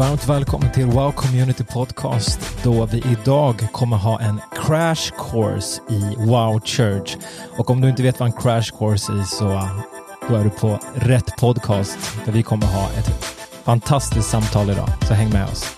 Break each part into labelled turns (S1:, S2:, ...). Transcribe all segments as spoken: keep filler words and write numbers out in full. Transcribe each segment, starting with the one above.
S1: Varmt välkommen till Wow Community Podcast, då vi idag kommer ha en crash course i Wow Church. Och om du inte vet vad en crash course är, så då är du på rätt podcast, där vi kommer ha ett fantastiskt samtal idag. Så häng med oss.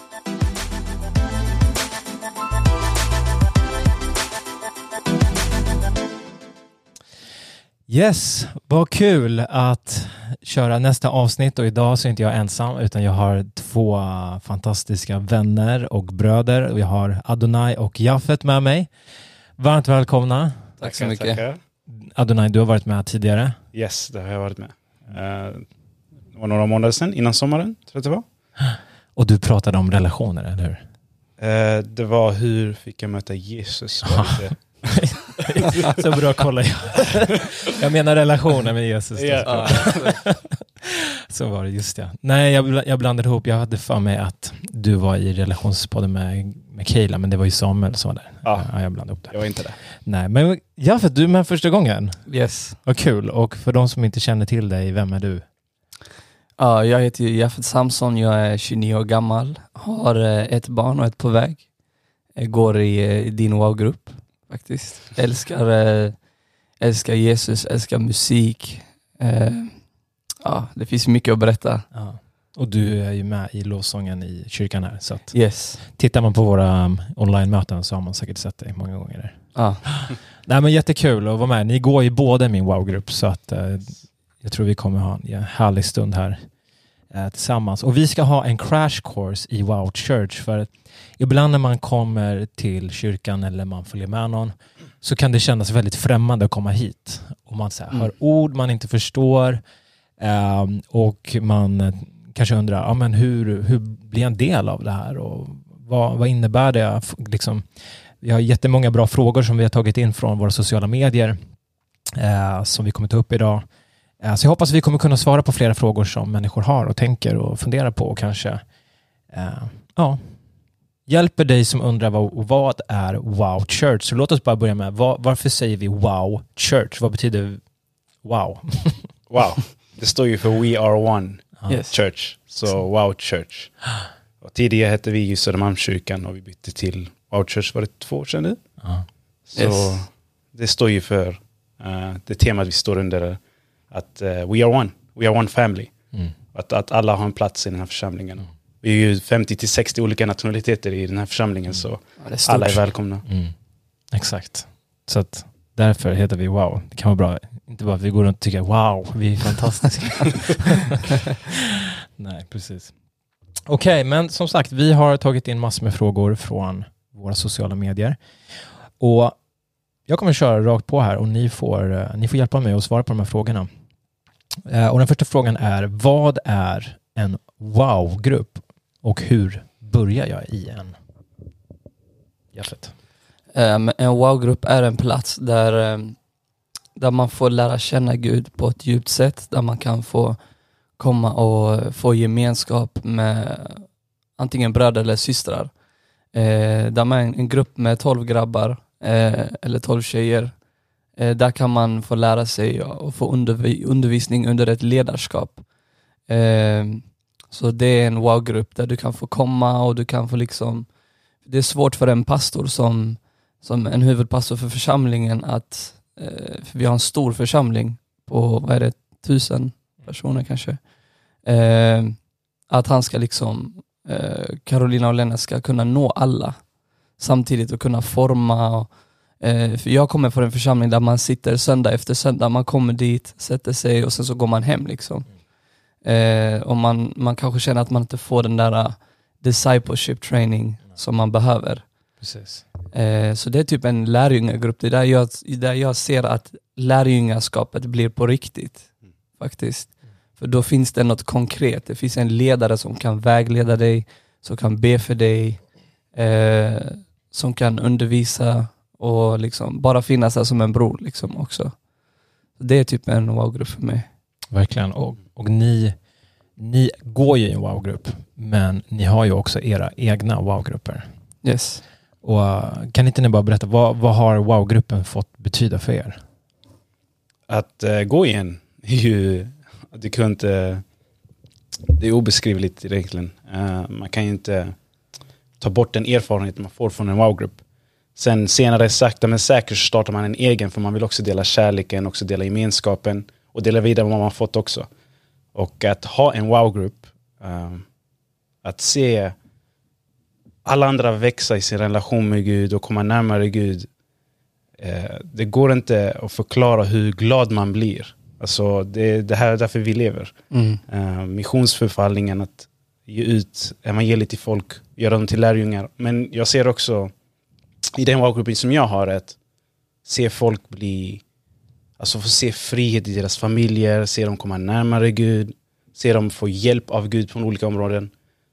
S1: Yes, vad kul att köra nästa avsnitt, och idag så är inte jag ensam, utan jag har två fantastiska vänner och bröder, och jag har Adonai och Jafet med mig. Varmt välkomna.
S2: Tack så mycket. Tackar.
S1: Adonai, du har varit med tidigare.
S2: Yes, det har jag varit med. Uh, det var några månader sedan, innan sommaren, tror jag det var.
S1: Och du pratade om relationer, eller hur?
S2: Uh, det var hur fick jag möta Jesus?
S1: Så bra, kolla. Jag menar relationen med Jesus.
S2: Yeah.
S1: Så var det, just det. Nej, jag, jag blandade ihop. Jag hade för mig att du var i relationspodden med, med Kayla, men det var ju Samuel som var där.
S2: Ja,
S1: ja, jag blandade ihop det.
S2: Jag var inte det.
S1: Nej, men ja, för du är med första gången.
S3: Yes.
S1: Vad kul. Och för de som inte känner till dig, vem är du?
S3: Ja, jag heter Jafet Samson, jag är tjugonio år gammal. Har ett barn och ett på väg. Jag går i, i din wow-grupp. Faktiskt. Älskar, äh, älskar Jesus, älskar musik. Äh, ja, det finns mycket att berätta. Ja.
S1: Och du är ju med i lovsången i kyrkan här. Så att
S3: yes.
S1: Tittar man på våra um, online-möten så har man säkert sett dig många gånger där.
S3: Ja.
S1: Nej, men jättekul att vara med. Ni går ju båda min wow-grupp, så att äh, jag tror vi kommer ha en härlig stund här äh, tillsammans. Och vi ska ha en crash course i Wow Church, för att ibland när man kommer till kyrkan eller man följer med någon, så kan det kännas väldigt främmande att komma hit. Och man så här, mm. hör ord man inte förstår. Um, och man kanske undrar, ja, men hur, hur blir jag en del av det här? Och vad, vad innebär det? Liksom, vi har jättemånga bra frågor som vi har tagit in från våra sociala medier. Uh, som vi kommer ta upp idag. Uh, så jag hoppas vi kommer kunna svara på flera frågor som människor har och tänker och funderar på. Och kanske, uh, ja... hjälper dig som undrar vad, vad är Wow Church. Så låt oss bara börja med, var, varför säger vi Wow Church? Vad betyder wow?
S2: Wow, det står ju för We Are One
S3: yes.
S2: Church. Så Wow Church. Och tidigare hette vi ju Södermalmskyrkan, och vi bytte till Wow Church, var det två år sedan nu?
S1: Uh.
S2: Så
S3: yes.
S2: det står ju för uh, det temat vi står under, att uh, We Are One, We Are One Family. Mm. Att, att alla har en plats i den här församlingen. Mm. Vi är ju femtio till sextio olika nationaliteter i den här församlingen, så
S3: ja, är
S2: alla är välkomna.
S1: Mm. Exakt. Så att därför heter vi Wow. Det kan vara bra. Inte bara att vi går runt och tycker wow, vi är fantastiska. Nej, precis. Okej, okay, men som sagt, vi har tagit in massor med frågor från våra sociala medier. Och jag kommer köra rakt på här, och ni får, ni får hjälpa mig att svara på de här frågorna. Och den första frågan är, vad är en wow-grupp? Och hur börjar jag i en? Jafet.
S3: Um, en wow-grupp är en plats där, um, där man får lära känna Gud på ett djupt sätt. Där man kan få komma och få gemenskap med antingen bröder eller systrar. Uh, där man är en grupp med tolv grabbar uh, eller tolv tjejer. Uh, där kan man få lära sig och få underv- undervisning under ett ledarskap. Uh, Så det är en wow-grupp där du kan få komma och du kan få liksom... Det är svårt för en pastor som, som en huvudpastor för församlingen att... Eh, för vi har en stor församling på, vad är det, tusen personer kanske. Eh, att han ska liksom... Eh, Carolina och Lena ska kunna nå alla samtidigt och kunna forma. Och, eh, för jag kommer från en församling där man sitter söndag efter söndag. Man kommer dit, sätter sig och sen så går man hem liksom. Eh, och man, man kanske känner att man inte får den där uh, discipleship training mm. som man behöver.
S1: Precis.
S3: Eh, så det är typ en lärjungagrupp. Det är där jag, där jag ser att lärjungaskapet blir på riktigt. Mm. Faktiskt. Mm. För då finns det något konkret. Det finns en ledare som kan vägleda dig, som kan be för dig, eh, som kan undervisa och liksom bara finnas här som en bror liksom också. Det är typ en wow-grupp för mig.
S1: Verkligen. Och, och ni, ni går ju i en wow-grupp, men ni har ju också era egna wow-grupper.
S3: Yes.
S1: Och kan inte ni bara berätta, vad, vad har wow-gruppen fått betyda för er?
S2: Att uh, gå igen är ju, det kan inte, det är obeskrivligt egentligen. Uh, man kan ju inte ta bort den erfarenhet man får från en wow-grupp. Sen senare sakta men säkert startar man en egen, för man vill också dela kärleken, också dela gemenskapen och dela vidare vad man fått också. Och att ha en wow-grupp, uh, att se alla andra växa i sin relation med Gud och komma närmare Gud, uh, det går inte att förklara hur glad man blir. Alltså det, det här är därför vi lever.
S3: Mm.
S2: Uh, missionsförfallningen, att ge ut evangeliet till folk, göra dem till lärjungar. Men jag ser också i den wow-gruppen som jag har, att se folk bli, alltså få se frihet i deras familjer, se dem komma närmare Gud, se dem få hjälp av Gud på olika områden.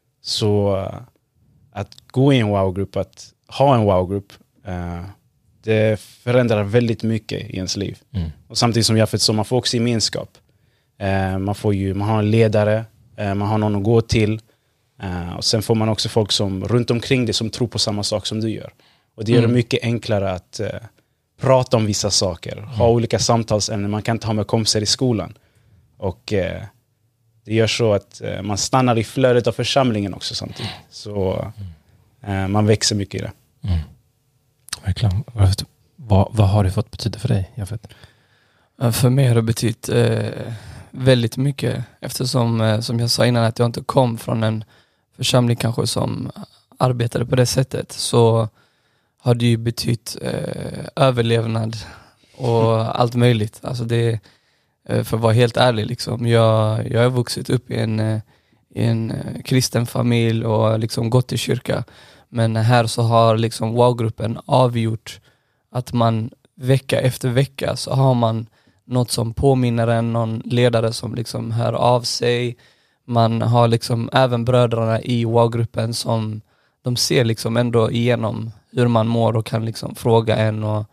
S2: Så uh, att gå i en wow-grupp, att ha en wow-grupp, uh, det förändrar väldigt mycket i ens liv. Mm. Och samtidigt som jag för så man får också gemenskap. Uh, man får ju, man har en ledare, uh, man har någon att gå till. Uh, och sen får man också folk som runt omkring dig som tror på samma sak som du gör. Och det gör mm. det mycket enklare att uh, prata om vissa saker. Mm. Ha olika samtalsämnen man kan inte ha med kompisar i skolan. Och uh, det gör så att uh, man stannar i flödet av församlingen också samtidigt. Så uh, man växer mycket i det.
S1: Mm. Verkligen. Vad, vad har det fått betyda för dig, Jafet?
S3: För mig har det betytt uh, väldigt mycket. Eftersom, uh, som jag sa innan, att jag inte kom från en församling kanske som arbetade på det sättet, så har det ju betytt eh, överlevnad och mm. allt möjligt. Alltså det, eh, för att vara helt ärlig, liksom. jag, jag har vuxit upp i en, eh, i en eh, kristen familj och liksom gått till kyrka. Men här så har liksom wow-gruppen avgjort att man vecka efter vecka så har man något som påminner en, någon ledare som liksom hör av sig. Man har liksom även bröderna i wow-gruppen som de ser liksom ändå igenom hur man mår och kan liksom fråga en. Och,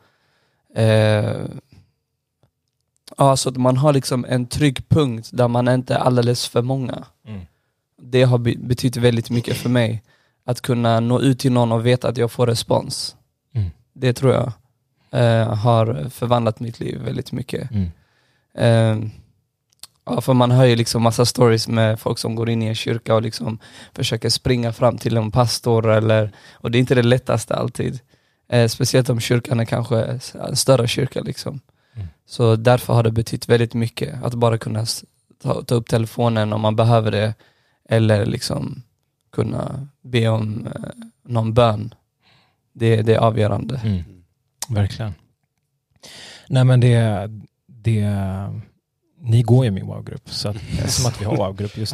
S3: eh, ja, så att man har liksom en trygg punkt där man inte är alldeles för många. Mm. Det har be- betytt väldigt mycket för mig. Att kunna nå ut till någon och veta att jag får respons. Mm. Det tror jag eh, har förvandlat mitt liv väldigt mycket. Mm. Eh, Ja, för man hör ju liksom massa stories med folk som går in i en kyrka och liksom försöker springa fram till en pastor, eller, och det är inte det lättaste alltid. Eh, speciellt om kyrkan är kanske en större kyrka liksom. Mm. Så därför har det betytt väldigt mycket att bara kunna ta, ta upp telefonen om man behöver det, eller liksom kunna be om eh, någon bön. Det, det är avgörande.
S1: Mm. Verkligen. Nej, men det det ni går ju med wow-grupp, så att, det är som att vi har wow-grupp just nu.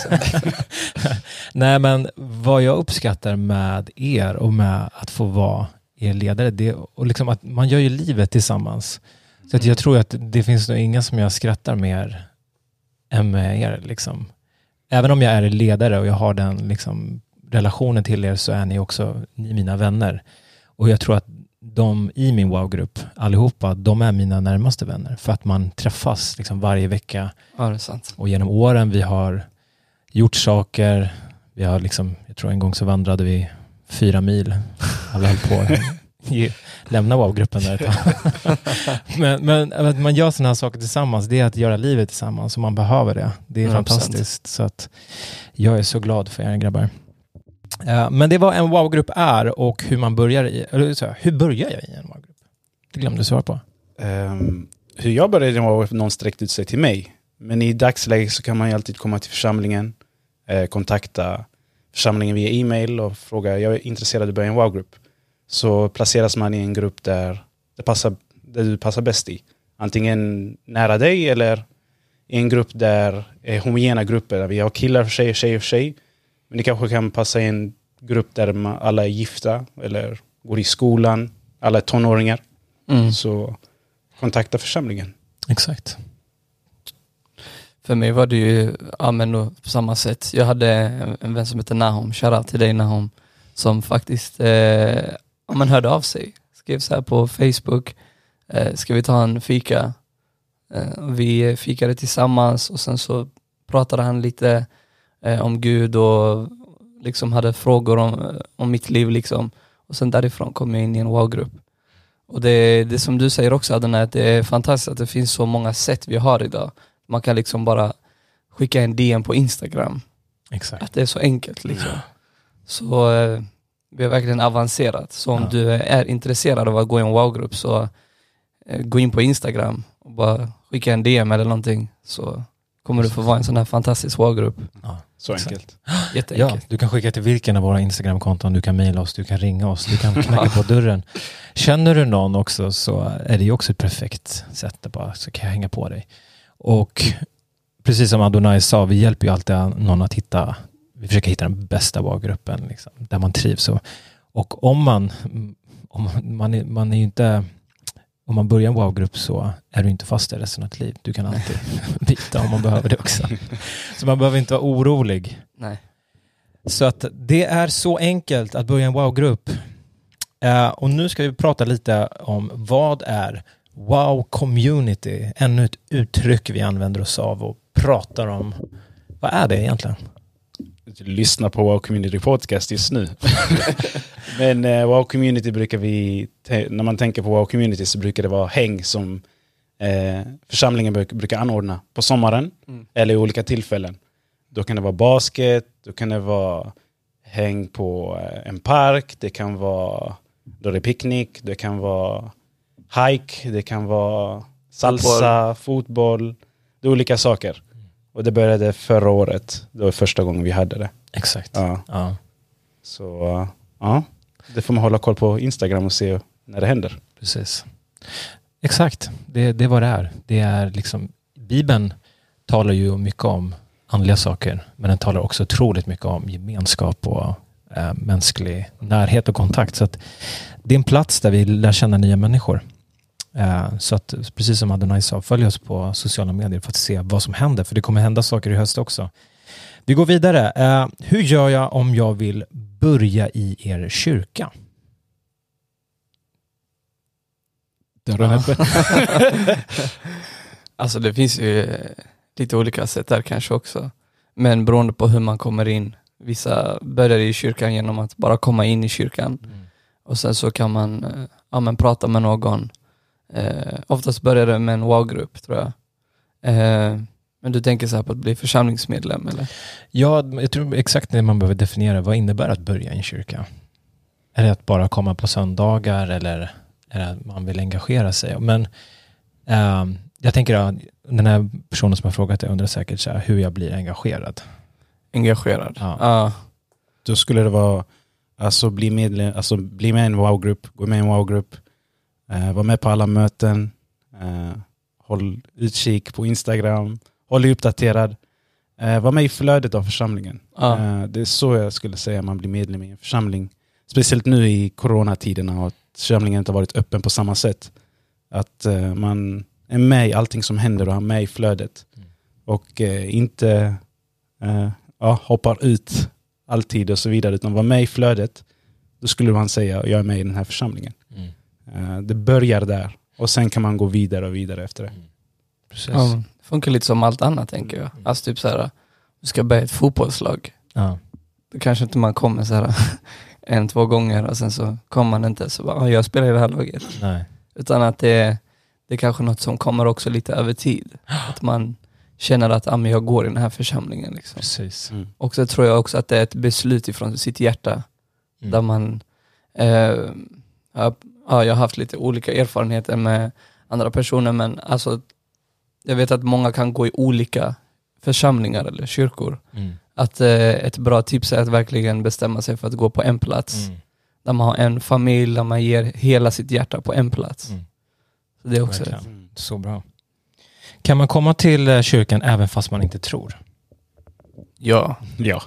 S1: Nej, men vad jag uppskattar med er och med att få vara er ledare, det och liksom att man gör ju livet tillsammans. Så att jag tror att det finns nog inga som jag skrattar mer än med er. Liksom. Även om jag är ledare och jag har den liksom, relationen till er, så är ni också ni mina vänner. Och jag tror att de i min wow-grupp, allihopa, de är mina närmaste vänner. För att man träffas liksom varje vecka.
S3: Ja, det är sant.
S1: Och genom åren vi har gjort saker. Vi har liksom, jag tror en gång så vandrade vi fyra mil. Alla höll på att lämna wow-gruppen där. men, men att man gör sådana här saker tillsammans, det är att göra livet tillsammans. Och man behöver det. Det är hundra procent. Fantastiskt. Så att jag är så glad för er grabbar. Uh, men det var en wow-grupp är och hur man börjar i, eller så här, hur börjar jag i en wow-grupp? Det glömde du svara på.
S2: Um, hur jag började var någon sträckt ut sig till mig. Men i dagsläget så kan man ju alltid komma till församlingen, eh, kontakta församlingen via e-mail och fråga, jag är intresserad av att börja en wow-grupp. Så placeras man i en grupp där, det passar, där du passar bäst i. Antingen nära dig eller i en grupp där är homogena grupper. Där vi har killar för sig, tjejer för sig. Men det kanske kan passa i en grupp där man, alla är gifta eller går i skolan. Alla är tonåringar. Mm. Så kontakta församlingen.
S1: Exakt.
S3: För mig var det ju ja, men då, på samma sätt. Jag hade en, en vän som heter Nahom. Shoutout till dig Nahom. Som faktiskt eh, ja, men hörde av sig. Skrev så här på Facebook. Eh, ska vi ta en fika? Eh, vi fikade tillsammans. Och sen så pratade han lite om Gud och liksom hade frågor om, om mitt liv liksom. Och sen därifrån kom jag in i en wow-grupp. Och det, det som du säger också, Adnan, är att det är fantastiskt att det finns så många sätt vi har idag. Man kan liksom bara skicka en D M på Instagram.
S1: Exakt.
S3: Att det är så enkelt liksom. Mm. Så eh, vi har verkligen avancerat. Så om ja. du är intresserad av att gå i en wow-grupp så eh, gå in på Instagram och bara skicka en D M eller någonting, så kommer du få vara en sån här fantastisk wow-grupp.
S2: Ja, så enkelt.
S3: Jätteenkelt.
S1: Ja, du kan skicka till vilken av våra Instagram-konton, du kan mejla oss, du kan ringa oss, du kan knacka på dörren. Känner du någon också så är det ju också ett perfekt sätt att bara, så kan jag hänga på dig. Och precis som Adonai sa, vi hjälper ju alltid någon att hitta, vi försöker hitta den bästa wow-gruppen liksom, där man trivs. Och, och om man, om man, är, man är ju inte, om man börjar en wow-grupp så är du inte fast där resten av ditt liv. Du kan alltid byta om man behöver det också. Så man behöver inte vara orolig.
S3: Nej.
S1: Så att det är så enkelt att börja en wow-grupp. Uh, och nu ska vi prata lite om vad är wow-community? Ännu ett uttryck vi använder oss av och pratar om. Vad är det egentligen?
S2: Lyssna på Wow Community Podcast just nu. Men uh, Wow Community brukar vi, te- när man tänker på Wow Community så brukar det vara häng som uh, församlingen bruk- brukar anordna på sommaren mm. eller i olika tillfällen. Då kan det vara basket, då kan det vara häng på uh, en park, det kan vara då det är picknick, det kan vara hike, det kan vara salsa, fotboll, fotboll det är olika saker. Och det började förra året. Det var första gången vi hade det.
S1: Exakt.
S2: Ja.
S1: Ja.
S2: Så uh, ja, det får man hålla koll på Instagram och se när det händer.
S1: Precis. Exakt. Det, det är vad det är. Det är liksom, Bibeln talar ju mycket om andliga saker, men den talar också otroligt mycket om gemenskap och äh, mänsklig närhet och kontakt. Så att det är en plats där vi lär känna nya människor. Uh, så att precis som Adonai sa, följ oss på sociala medier för att se vad som händer, för det kommer hända saker i höst också. Vi går vidare. Uh, hur gör jag om jag vill börja i er kyrka?
S3: Dörren öppen. Alltså det finns ju lite olika sätt där kanske också, men beroende på hur man kommer in. Vissa börjar i kyrkan genom att bara komma in i kyrkan mm. och sen så kan man ja, men prata med någon. Eh, oftast börjar det med en wow-grupp tror jag. Eh, men du tänker så här på att bli församlingsmedlem eller?
S1: Ja, jag tror exakt det man behöver definiera. Vad innebär att börja i en kyrka? Är det att bara komma på söndagar eller är det att man vill engagera sig? Men eh, jag tänker att den här personen som har frågat det undrar säkert så här, hur jag blir engagerad.
S3: Engagerad?
S1: Ja.
S3: Ah.
S2: Då skulle det vara alltså bli medlem, alltså bli med i en wow-grupp, gå med i en wow-grupp. Uh, var med på alla möten, uh, håll utkik på Instagram, håll dig uppdaterad, uh, var med i flödet av församlingen. Ah. Uh, det är så jag skulle säga man blir medlem i en församling. Speciellt nu i coronatiderna och att församlingen inte har varit öppen på samma sätt. Att uh, man är med i allting som händer och är med i flödet. Mm. Och uh, inte uh, ja, hoppar ut alltid och så vidare, utan var med i flödet. Då skulle man säga jag är med i den här församlingen. Mm. Uh, det börjar där. Och sen kan man gå vidare och vidare efter det. Mm.
S3: Precis. Ja, det funkar lite som allt annat tänker jag. Mm. Alltså typ så här, du ska börja ett fotbollslag. Ja. Då kanske inte man kommer så här en, två gånger och sen så kommer man inte så bara, jag spelar i det här laget. Nej. Utan att det, det är kanske något som kommer också lite över tid. Att man känner att ah, men jag går i den här församlingen. Liksom.
S1: Precis.
S3: Mm. Och så tror jag också att det är ett beslut ifrån sitt hjärta. Mm. Där man eh, ja, Ja, jag har haft lite olika erfarenheter med andra personer, men alltså, jag vet att många kan gå i olika församlingar eller kyrkor. Mm. Att eh, ett bra tips är att verkligen bestämma sig för att gå på en plats. Mm. Där man har en familj, där man ger hela sitt hjärta på en plats. Mm. Så det är också ett.
S1: Så bra. Kan man komma till kyrkan även fast man inte tror?
S3: Ja.
S2: Ja.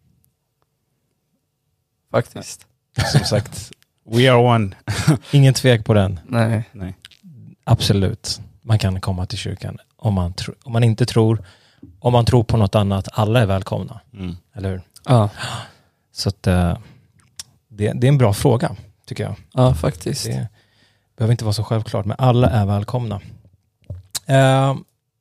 S3: Faktiskt.
S2: Som sagt, we are one.
S1: Ingen tvek på den.
S3: Nej.
S2: Nej.
S1: Absolut. Man kan komma till kyrkan om man, tro, om man inte tror. Om man tror på något annat. Alla är välkomna. Mm. Eller hur?
S3: Ja.
S1: Så att, uh, det, det är en bra fråga, tycker jag.
S3: Ja, faktiskt.
S1: Det behöver inte vara så självklart, men alla är välkomna. Uh,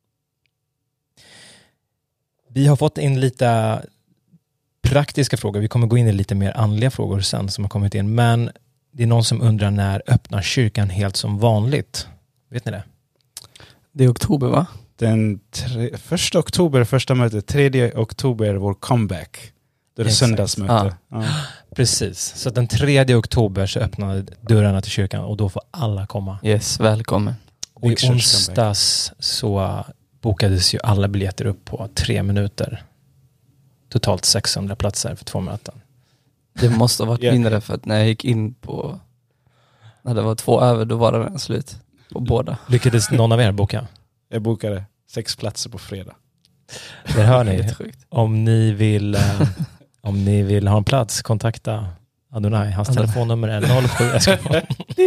S1: vi har fått in lite praktiska frågor. Vi kommer gå in i lite mer andliga frågor sen som har kommit in. Men det är någon som undrar, när öppnar kyrkan helt som vanligt? Vet ni det?
S3: Det är oktober, va?
S2: Den tre, första oktober, första mötet. Tredje oktober, vår comeback. Då är det
S1: Exakt.
S2: söndagsmöte.
S1: Ah.
S2: Ja.
S1: Precis, så den tredje oktober så öppnar dörrarna till kyrkan och då får alla komma.
S3: Yes, välkommen.
S1: Och i
S2: Big church
S1: onsdags så bokades ju alla biljetter upp på tre minuter. Totalt sexhundra platser för två möten.
S3: Det måste ha varit
S2: Yeah.
S3: mindre för att när jag gick in på... När det var två över, då var det redan slut. På båda.
S1: Lyckades någon av er boka?
S2: Jag bokade sex platser på fredag.
S1: Det hör ni.
S3: Helt sjukt.
S1: Om ni vill, eh, om ni vill ha en plats, kontakta Adonai. Hans
S3: Adonai.
S1: telefonnummer är noll sju. Jag ska bara-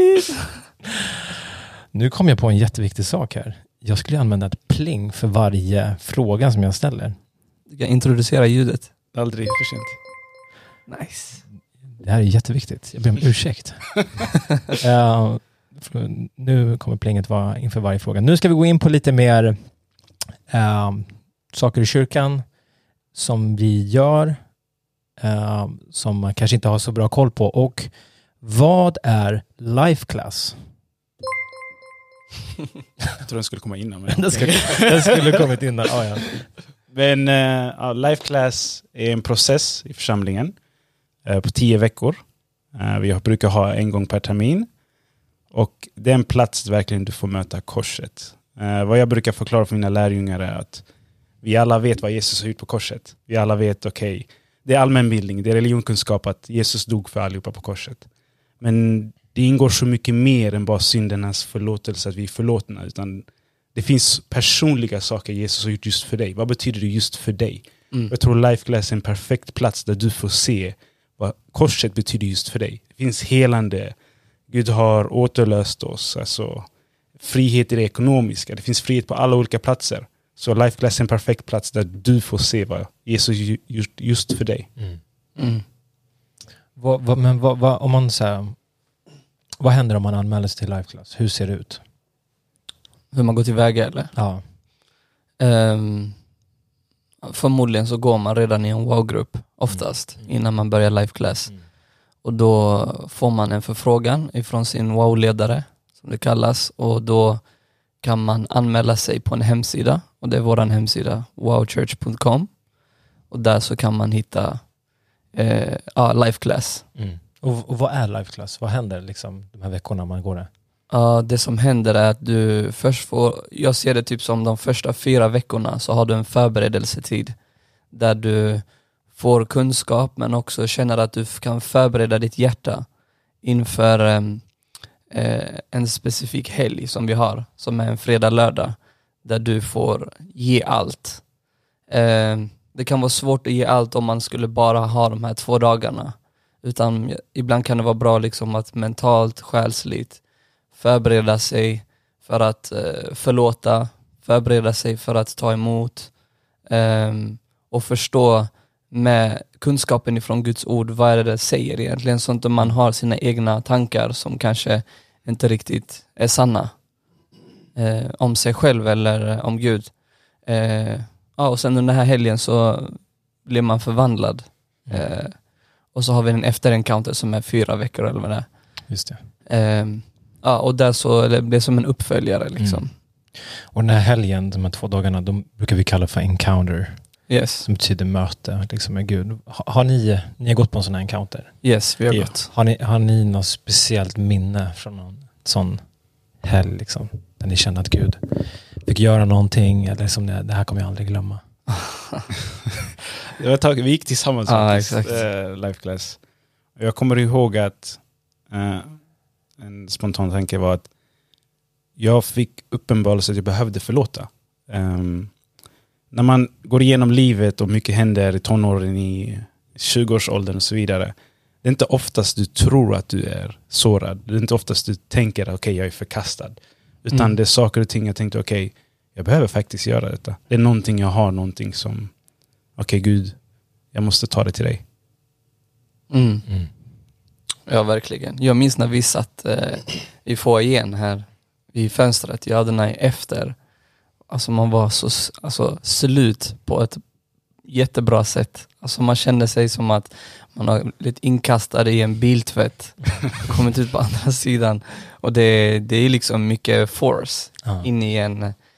S1: Nu kom jag på en jätteviktig sak här. Jag skulle använda ett pling för varje fråga som jag ställer.
S3: Du kan introducera ljudet.
S2: Aldrig för sent.
S3: Nice.
S1: Det här är jätteviktigt. Jag ber om ursäkt. uh, nu kommer plinget vara inför varje fråga. Nu ska vi gå in på lite mer uh, saker i kyrkan som vi gör uh, som man kanske inte har så bra koll på. Och vad är life class?
S2: Jag tror den skulle komma innan. Men
S1: Den skulle, den skulle kommit innan. Oh, ja.
S2: Men uh, ja, Life Class är en process i församlingen uh, på tio veckor. Uh, vi brukar ha en gång per termin. Och det är en plats där verkligen du får möta korset. Uh, vad jag brukar förklara för mina lärjungar är att vi alla vet vad Jesus har gjort på korset. Vi alla vet, okej, okay, det är allmänbildning, det är religionkunskap att Jesus dog för allihopa på korset. Men det ingår så mycket mer än bara syndernas förlåtelse, att vi är förlåtna, utan det finns personliga saker Jesus har gjort just för dig. Vad betyder det just för dig?
S3: Mm.
S2: Jag tror Life Class är en perfekt plats där du får se vad korset betyder just för dig. Det finns helande. Gud har återlöst oss. Alltså, frihet i det ekonomiska. Det finns frihet på alla olika platser. Så Life Class är en perfekt plats där du får se vad Jesus har gjort just för dig.
S1: Mm.
S3: Mm.
S1: Vad, vad, men vad, vad, om man säger, vad händer om man anmäler sig till life class? Hur ser det ut?
S3: Hur man går tillväga eller?
S1: Ja.
S3: Um, förmodligen så går man redan i en wow-grupp oftast
S1: Mm.
S3: innan man börjar life class.
S1: Mm.
S3: Och då får man en förfrågan ifrån sin wow-ledare som det kallas, och då kan man anmäla sig på en hemsida, och det är våran hemsida wow church punkt com, och där så kan man hitta eh, ja, life class.
S1: Mm. Och, och vad är life class? Vad händer liksom de här veckorna man går det?
S3: Ja, det som händer är att du först får, jag ser det typ som de första fyra veckorna så har du en förberedelsetid där du får kunskap men också känner att du kan förbereda ditt hjärta inför eh, en specifik helg som vi har, som är en fredag lördag, där du får ge allt. Eh, det kan vara svårt att ge allt om man skulle bara ha de här två dagarna, utan ibland kan det vara bra liksom att mentalt, själsligt förbereda sig för att eh, förlåta, förbereda sig för att ta emot eh, och förstå med kunskapen ifrån Guds ord, vad är det det säger egentligen, så att man har sina egna tankar som kanske inte riktigt är sanna eh, om sig själv eller om Gud. Eh, ja, och sen under den här helgen så blir man förvandlad. Eh, och så har vi en efter-encounter som är fyra veckor eller vad det är.
S1: Just det.
S3: Eh, ja, och där så det blir som en uppföljare liksom.
S1: Mm. Och den här helgen, de här två dagarna, de brukar vi kalla för encounter.
S3: Yes.
S1: Som betyder möte liksom med Gud. Har, har ni, ni har gått på en sån här encounter?
S3: Yes, vi har
S2: Ja.
S3: gått.
S1: Har ni, har ni något speciellt minne från någon sån helg liksom? Där ni kände att Gud fick göra någonting eller som det, det här kommer jag aldrig glömma.
S2: Det var ett tag, vi gick tillsammans
S3: Ja,
S2: faktiskt,
S3: exakt.
S2: eh, Life Class. Och jag kommer ihåg att eh, en spontan tanke var att jag fick uppenbarelse att jag behövde förlåta. Um, när man går igenom livet och mycket händer i tonåren, i tjugoårsåldern och så vidare, det är inte oftast du tror att du är sårad. Det är inte oftast du tänker att okej, jag är förkastad. Utan
S3: Mm.
S2: det är saker och ting jag tänkte, okej, okay, jag behöver faktiskt göra detta. Det är någonting jag har, någonting som, okej okay, Gud, jag måste ta det till dig.
S3: Mm.
S1: Mm.
S3: Ja, verkligen. Jag minns när vi satt eh, i foajén här vid fönstret. Jag hade den här efter. Alltså man var så alltså, slut på ett jättebra sätt. Alltså man kände sig som att man har blivit inkastad i en biltvätt och kommit ut på andra sidan. Och det, det är liksom mycket force
S1: Ja.
S3: in i en.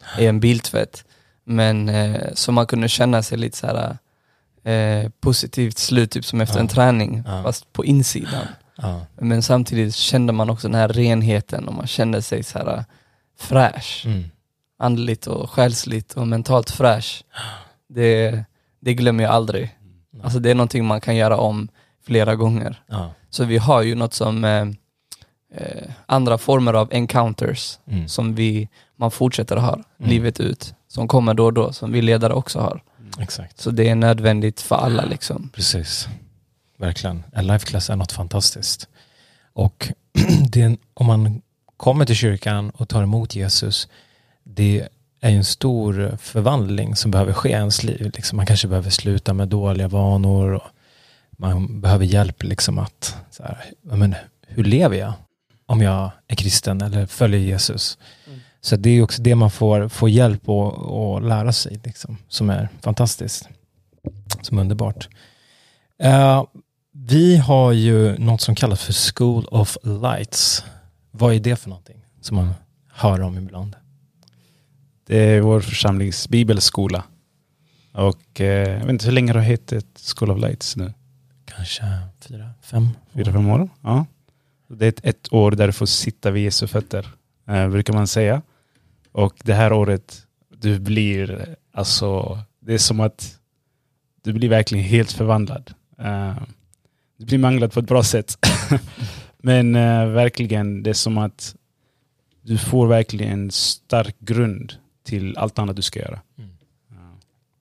S3: i en biltvätt. Men eh, så man kunde känna sig lite så här eh, positivt slut, typ som efter
S1: ja.
S3: en träning,
S1: ja.
S3: fast på insidan.
S1: Ja.
S3: Men samtidigt kände man också den här renheten och man kände sig så här fräsch.
S1: Mm.
S3: Andligt och själsligt och mentalt fräsch. Det, det glömmer jag aldrig. Alltså det är någonting man kan göra om flera gånger.
S1: Ja.
S3: Så vi har ju något som eh, eh, andra former av encounters
S1: Mm.
S3: som vi, man fortsätter att ha
S1: Mm.
S3: livet ut. Som kommer då och då, som vi ledare också har.
S1: Exakt.
S3: Så det är nödvändigt för alla liksom.
S1: Precis. Verkligen. En life class är något fantastiskt. Och det är, om man kommer till kyrkan och tar emot Jesus, det är ju en stor förvandling som behöver ske i ens liv. Liksom man kanske behöver sluta med dåliga vanor och man behöver hjälp liksom att så här, men, hur lever jag om jag är kristen eller följer Jesus? Mm. Så det är också det man får, får hjälp och, och lära sig liksom, som är fantastiskt. Som är underbart. Uh, vi har ju något som kallas för School of Lights. Vad är det för någonting som man hör om ibland?
S2: Det är vår församlings bibelskola. Och eh, jag vet inte hur länge det har hetat School of Lights nu.
S1: Kanske fyra, fem.
S2: Fyra, fem år. Ja. Det är ett, ett år där du får sitta vid Jesu fötter, eh, brukar man säga. Och det här året, du blir, alltså, det är som att du blir verkligen helt förvandlad. Uh, du blir manglad på ett bra sätt. Men uh, verkligen, det är som att du får verkligen en stark grund till allt annat du ska göra. Mm. Uh.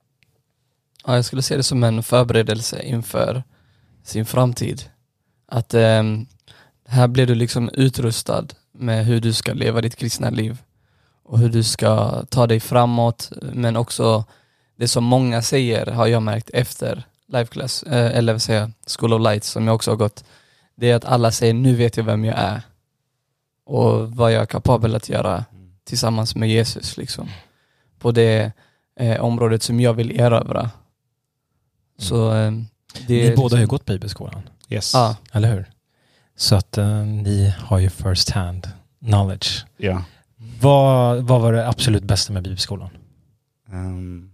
S3: Ja, jag skulle se det som en förberedelse inför sin framtid. Att um, här blir du liksom utrustad med hur du ska leva ditt kristna liv. Och hur du ska ta dig framåt. Men också det som många säger har jag märkt efter Life Class, eh, eller vad säger jag, School of Lights som jag också har gått. Det är att alla säger, nu vet jag vem jag är. Och vad jag är kapabel att göra tillsammans med Jesus. Liksom. På det eh, området som jag vill erövra. Mm. Så, eh, det
S1: ni
S3: är
S1: båda
S3: liksom...
S1: har ju gått bibelskolan.
S2: Yes.
S3: Ja.
S1: Eller hur? Så att uh, ni har ju first hand knowledge.
S2: Ja.
S1: Vad, vad var det absolut bästa med bibelskolan?
S2: Um,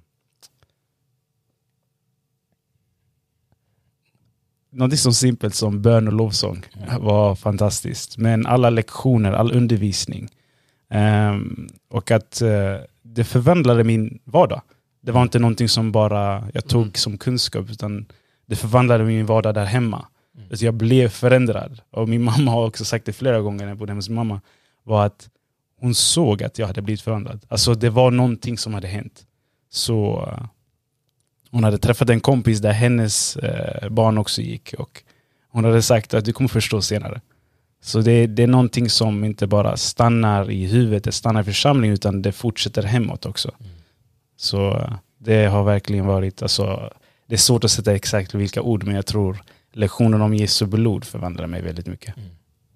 S2: något så simpelt som bön och lovsång mm. var fantastiskt. Men alla lektioner, all undervisning. Um, och att uh, det förvandlade min vardag. Det var inte någonting som bara jag tog mm. som kunskap, utan det förvandlade min vardag där hemma. Mm. Alltså jag blev förändrad. Och min mamma har också sagt det flera gånger när jag bodde hos min mamma. Var att hon såg att jag hade blivit förändrad. Alltså det var någonting som hade hänt. Så uh, hon hade träffat en kompis där hennes uh, barn också gick. Och hon hade sagt att du kommer förstå senare. Så det, det är någonting som inte bara stannar i huvudet, det stannar i församlingen, utan det fortsätter hemåt också. Mm. Så uh, det har verkligen varit, alltså, det är svårt att sätta exakt vilka ord, men jag tror lektionen om Jesu blod förvandlade mig väldigt mycket. Mm.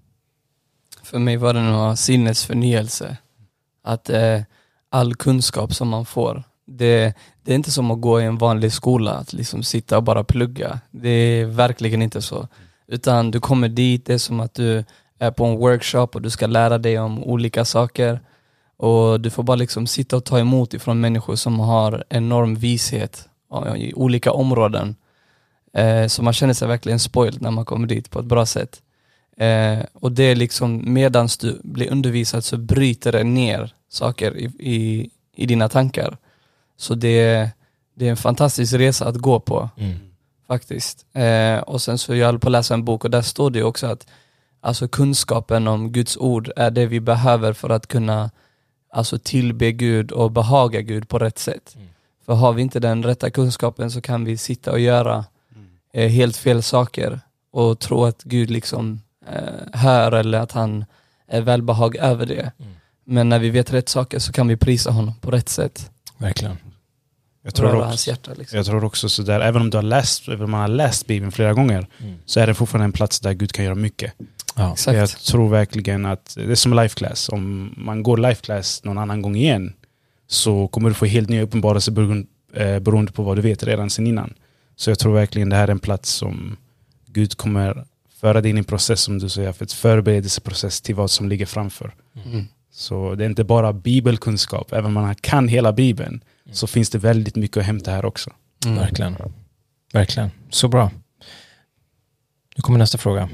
S3: För mig var det nog sinnesförnyelse. Att eh, all kunskap som man får, det, det är inte som att gå i en vanlig skola, att liksom sitta och bara plugga. Det är verkligen inte så. Utan du kommer dit, det är som att du är på en workshop och du ska lära dig om olika saker. Och du får bara liksom sitta och ta emot ifrån människor som har enorm vishet i olika områden. Eh, så man känner sig verkligen spoiled när man kommer dit på ett bra sätt. Eh, och det är liksom, medan du blir undervisad så bryter det ner saker i, i, i dina tankar. Så det, det är en fantastisk resa att gå på. Mm. Faktiskt. Eh, och sen så jag höll på att läsa en bok och där står det också att alltså kunskapen om Guds ord är det vi behöver för att kunna alltså tillbe Gud och behaga Gud på rätt sätt. Mm. För har vi inte den rätta kunskapen så kan vi sitta och göra mm. eh, helt fel saker och tro att Gud liksom eh, hör eller att han är välbehag över det. Mm. Men när vi vet rätt saker så kan vi prisa honom på rätt sätt.
S1: Verkligen.
S2: Jag tror, också,
S3: hans hjärta, liksom.
S2: jag tror också så där, även om du har läst, även om man har läst Bibeln flera gånger, mm. så är det fortfarande en plats där Gud kan göra mycket.
S1: Ja,
S3: exakt.
S2: Jag tror verkligen att det är som life class. Om man går life class någon annan gång igen så kommer du få helt nya uppenbarelser beroende, eh, beroende på vad du vet redan sedan innan. Så jag tror verkligen det här är en plats som Gud kommer föra dig in i en process, som du säger, för ett förberedelseprocess till vad som ligger framför.
S3: Mm.
S2: Så det är inte bara bibelkunskap. Även om man kan hela Bibeln mm. så finns det väldigt mycket att hämta här också.
S1: Mm. Verkligen. Verkligen. Så bra. Nu kommer nästa fråga.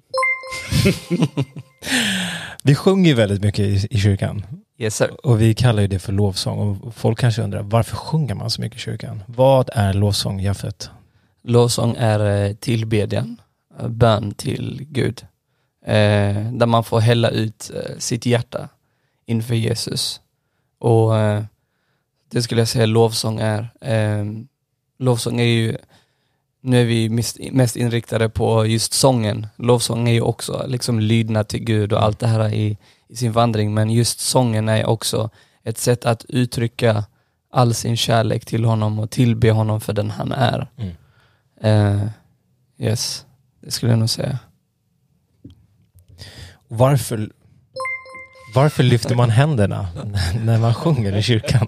S1: Vi sjunger väldigt mycket i, i kyrkan.
S3: Yes, sir.
S1: Och vi kallar ju det för lovsång. Och folk kanske undrar, varför sjunger man så mycket i kyrkan? Vad är lovsång, Jaffet?
S3: Lovsång är tillbedjan, bön till Gud. Eh, där man får hälla ut eh, sitt hjärta inför Jesus. Och eh, det skulle jag säga lovsång är. Eh, lovsång är ju, nu är vi mest, mest inriktade på just sången. Lovsång är ju också liksom lydnad till Gud och allt det här i, i sin vandring. Men just sången är också ett sätt att uttrycka all sin kärlek till honom och tillbe honom för den han är. Mm. Eh, yes, det skulle jag nog säga.
S1: Varför, varför lyfter man händerna när man sjunger i kyrkan?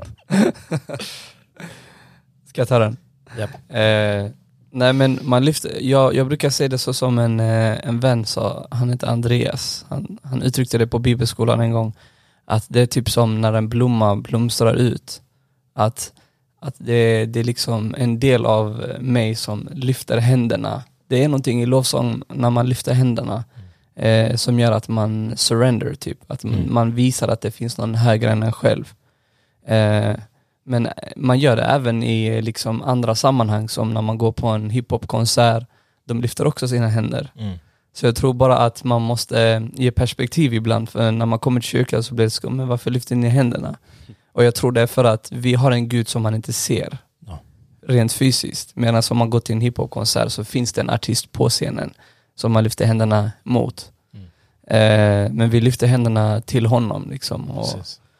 S3: Ska jag ta den?
S1: Yep.
S3: Eh, nej men man lyfter, jag, jag brukar säga det så som en, en vän sa, han heter Andreas. Han, han uttryckte det på bibelskolan en gång. Att det är typ som när en blomma blomstrar ut. Att, att det, det är liksom en del av mig som lyfter händerna. Det är någonting i lovsång när man lyfter händerna. Eh, som gör att man surrender typ. Att man, mm. man visar att det finns någon högre än en själv. Eh, men man gör det även i liksom andra sammanhang, som när man går på en hiphop-konsert. De lyfter också sina händer. Mm. Så jag tror bara att man måste ge perspektiv ibland. För när man kommer till kyrkan så blir det så, men varför lyfter ni händerna? Och jag tror det är för att vi har en Gud som man inte ser. Ja. Rent fysiskt. Medan om man går till en hiphop-konsert så finns det en artist på scenen som man lyfter händerna mot. Mm. Eh, men vi lyfter händerna till honom liksom, och,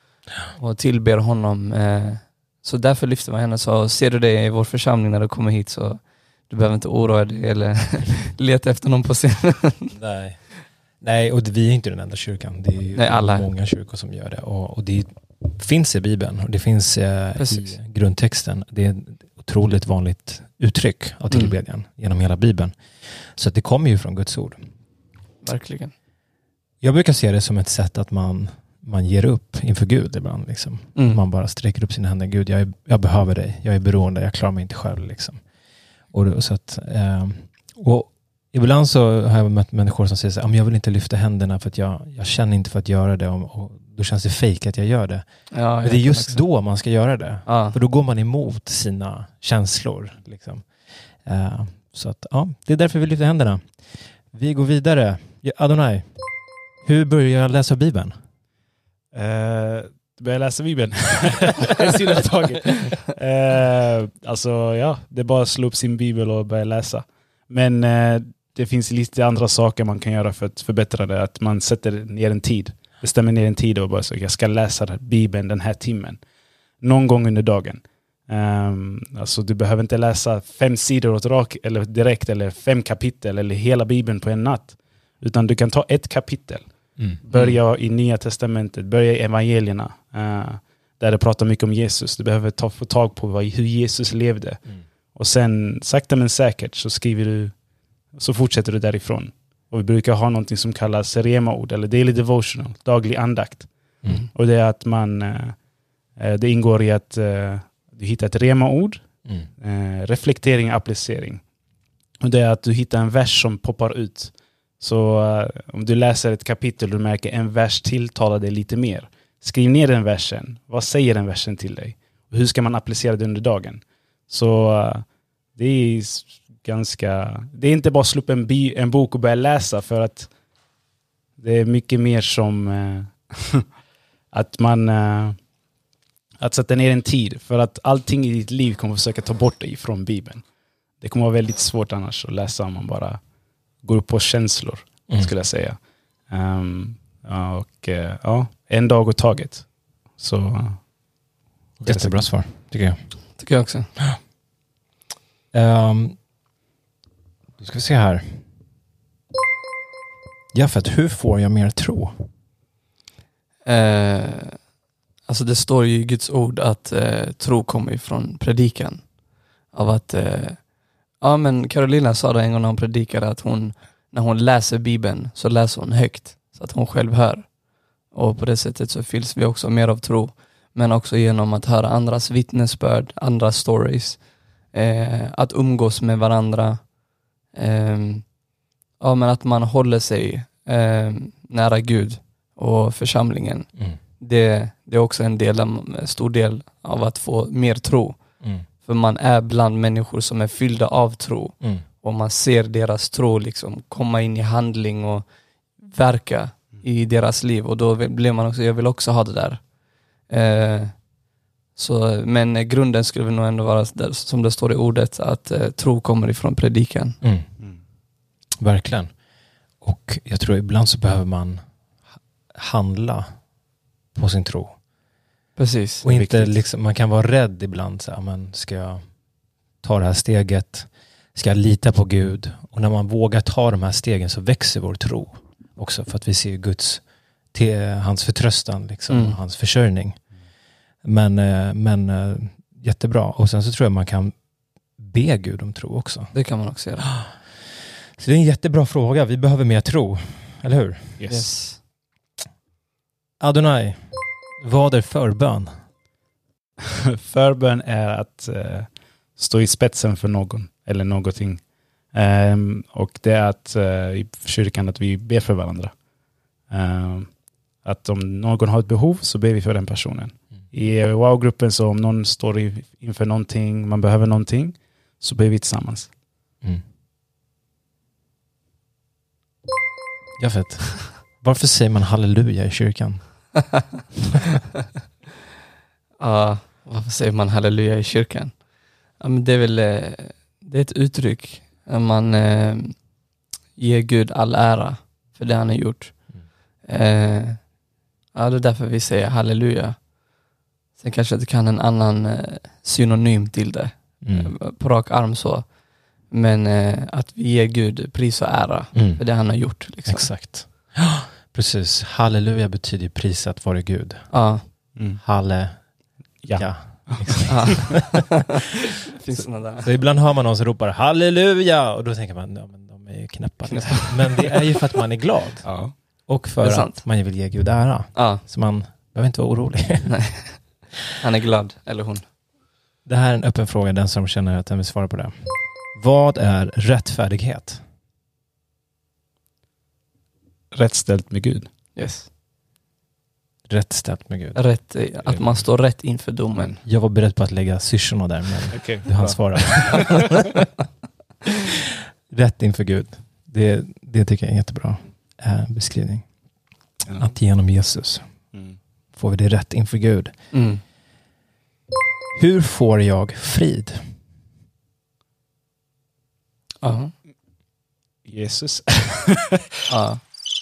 S3: och tillber honom. Eh, så därför lyfter man henne. Så ser du det i vår församling när du kommer hit, så du behöver inte oroa dig eller leta efter någon på scenen.
S1: Nej. Nej, och vi är inte den enda kyrkan. Det är ju Nej, alla. många kyrkor som gör det. Och, och det finns i Bibeln och det finns eh, i grundtexten. Det är ett otroligt vanligt uttryck av tillbedjan mm. genom hela Bibeln. Så att det kommer ju från Guds ord.
S3: Verkligen.
S1: Jag brukar se det som ett sätt att man, man ger upp inför Gud ibland. Liksom. Mm. Man bara sträcker upp sina händer. Gud, jag, är, jag behöver dig. Jag är beroende. Jag klarar mig inte själv. Liksom. Och, och, så att, eh, och ibland så har jag mött människor som säger så här, jag vill inte lyfta händerna för att jag, jag känner inte för att göra det. Och, och då känns det fake att jag gör det. Ja, men det är just också då man ska göra det. Ja. För då går man emot sina känslor. Liksom. Uh, så att, ja, det är därför vi lyfter händerna. Vi går vidare. Adonai, hur börjar jag läsa Bibeln?
S2: Uh, börjar läsa Bibeln? En sida taget. Uh, alltså, ja, det är bara att slå upp sin Bibel och börja läsa. Men uh, det finns lite andra saker man kan göra för att förbättra det. Att man sätter ner en tid. Bestämmer ner en tid och bara så jag ska läsa Bibeln den här timmen. Någon gång under dagen. Um, alltså du behöver inte läsa fem sidor åt rak eller direkt eller fem kapitel eller hela Bibeln på en natt. Utan du kan ta ett kapitel. Mm. Börja i Nya Testamentet. Börja i evangelierna. Uh, där det pratar mycket om Jesus. Du behöver ta, få tag på vad, hur Jesus levde. Mm. Och sen sakta men säkert så skriver du, så fortsätter du därifrån. Och vi brukar ha någonting som kallas rema-ord eller daily devotional, daglig andakt. Mm. Och det är att man uh, det ingår i att uh, du hittar ett rema-ord, mm. uh, reflektering och applicering. Och det är att du hittar en vers som poppar ut. Så uh, om du läser ett kapitel och du märker en vers tilltalar dig lite mer. Skriv ner den versen. Vad säger den versen till dig? Och hur ska man applicera det under dagen? Så uh, det är ganska... Det är inte bara att slå upp en, bi- en bok och börja läsa, för att det är mycket mer som uh, att man... Uh, att sätta ner en tid. För att allting i ditt liv kommer att försöka ta bort dig från Bibeln. Det kommer att vara väldigt svårt annars att läsa om man bara går upp på känslor, mm. skulle jag säga. Um, och uh, ja, en dag åt taget. Så uh,
S1: jättebra svar, tycker jag.
S3: Tycker jag också.
S1: Um, då ska vi se här. Jaffet, hur får jag mer tro?
S3: Uh, alltså det står ju i Guds ord att uh, tro kommer ifrån predikan. Av att uh, ja, men Carolina sa det en gång när hon predikade att hon, när hon läser Bibeln så läser hon högt så att hon själv hör. Och på det sättet så fylls vi också mer av tro. Men också genom att höra andras vittnesbörd, andras stories. Eh, att umgås med varandra. Eh, ja, men att man håller sig eh, nära Gud och församlingen. Mm. Det, det är också en del, en stor del av att få mer tro. Mm. För man är bland människor som är fyllda av tro. Mm. Och man ser deras tro liksom komma in i handling och verka i deras liv. Och då blir man också, jag vill också ha det där. Eh, så, men grunden skulle väl nog ändå vara där, som det står i ordet, att eh, tro kommer ifrån predikan.
S1: Mm. Mm. Verkligen. Och jag tror ibland så behöver man handla på sin tro.
S3: Precis.
S1: Och inte liksom, man kan vara rädd ibland. Så här, men ska jag ta det här steget? Ska jag lita på Gud? Och när man vågar ta de här stegen så växer vår tro också. För att vi ser Guds, till hans förtröstan liksom, mm. och hans försörjning. Men, men jättebra. Och sen så tror jag man kan be Gud om tro också.
S3: Det kan man också göra.
S1: Så det är en jättebra fråga. Vi behöver mer tro. Eller hur?
S3: Yes. yes.
S1: Adonai, vad är förbön?
S2: Förbön är att uh, stå i spetsen för någon eller någonting. Um, och det är att uh, i kyrkan att vi ber för varandra. Um, att om någon har ett behov så ber vi för den personen. Mm. I wow-gruppen så om någon står i, inför någonting, man behöver någonting, så ber vi tillsammans. Mm.
S1: Jag vet. Varför säger man halleluja i kyrkan?
S3: Ja, varför säger man halleluja i kyrkan? Ja, men det är väl det är ett uttryck. Man eh, ger Gud all ära för det han har gjort. Mm. Eh, ja, det är därför vi säger halleluja. Sen kanske det kan en annan eh, synonym till det. Mm. Eh, på rak arm så. Men eh, att vi ger Gud pris och ära mm. för det han har gjort. Liksom.
S1: Exakt. Precis. Halleluja betyder prisat vare Gud.
S3: Ja.
S1: Mm. Halle. Ja. ja.
S3: ja. Finns så, där.
S1: Så ibland hör man någon som ropar halleluja och då tänker man, ja men de är ju knäppa. Liksom. Men det är ju för att man är glad.
S2: Ja.
S1: Och för att man vill ge Gud ära.
S3: Ja.
S1: Så man behöver inte vara orolig.
S3: Nej. Han är glad, eller hon.
S1: Det här är en öppen fråga, den som känner att den vill svara på det. Vad är rättfärdighet?
S2: Rättställt med Gud.
S3: Yes.
S1: Rättställt med Gud.
S3: Rätt, att man står rätt inför domen.
S1: Jag var beredd på att lägga syrsorna där, men
S2: okay,
S1: du hann svara. Rätt inför Gud. Det, det tycker jag är en jättebra eh, beskrivning. Mm. Att genom Jesus mm. får vi det rätt inför Gud.
S3: Mm.
S1: Hur får jag frid?
S3: Ja.
S2: Jesus.
S3: Ja.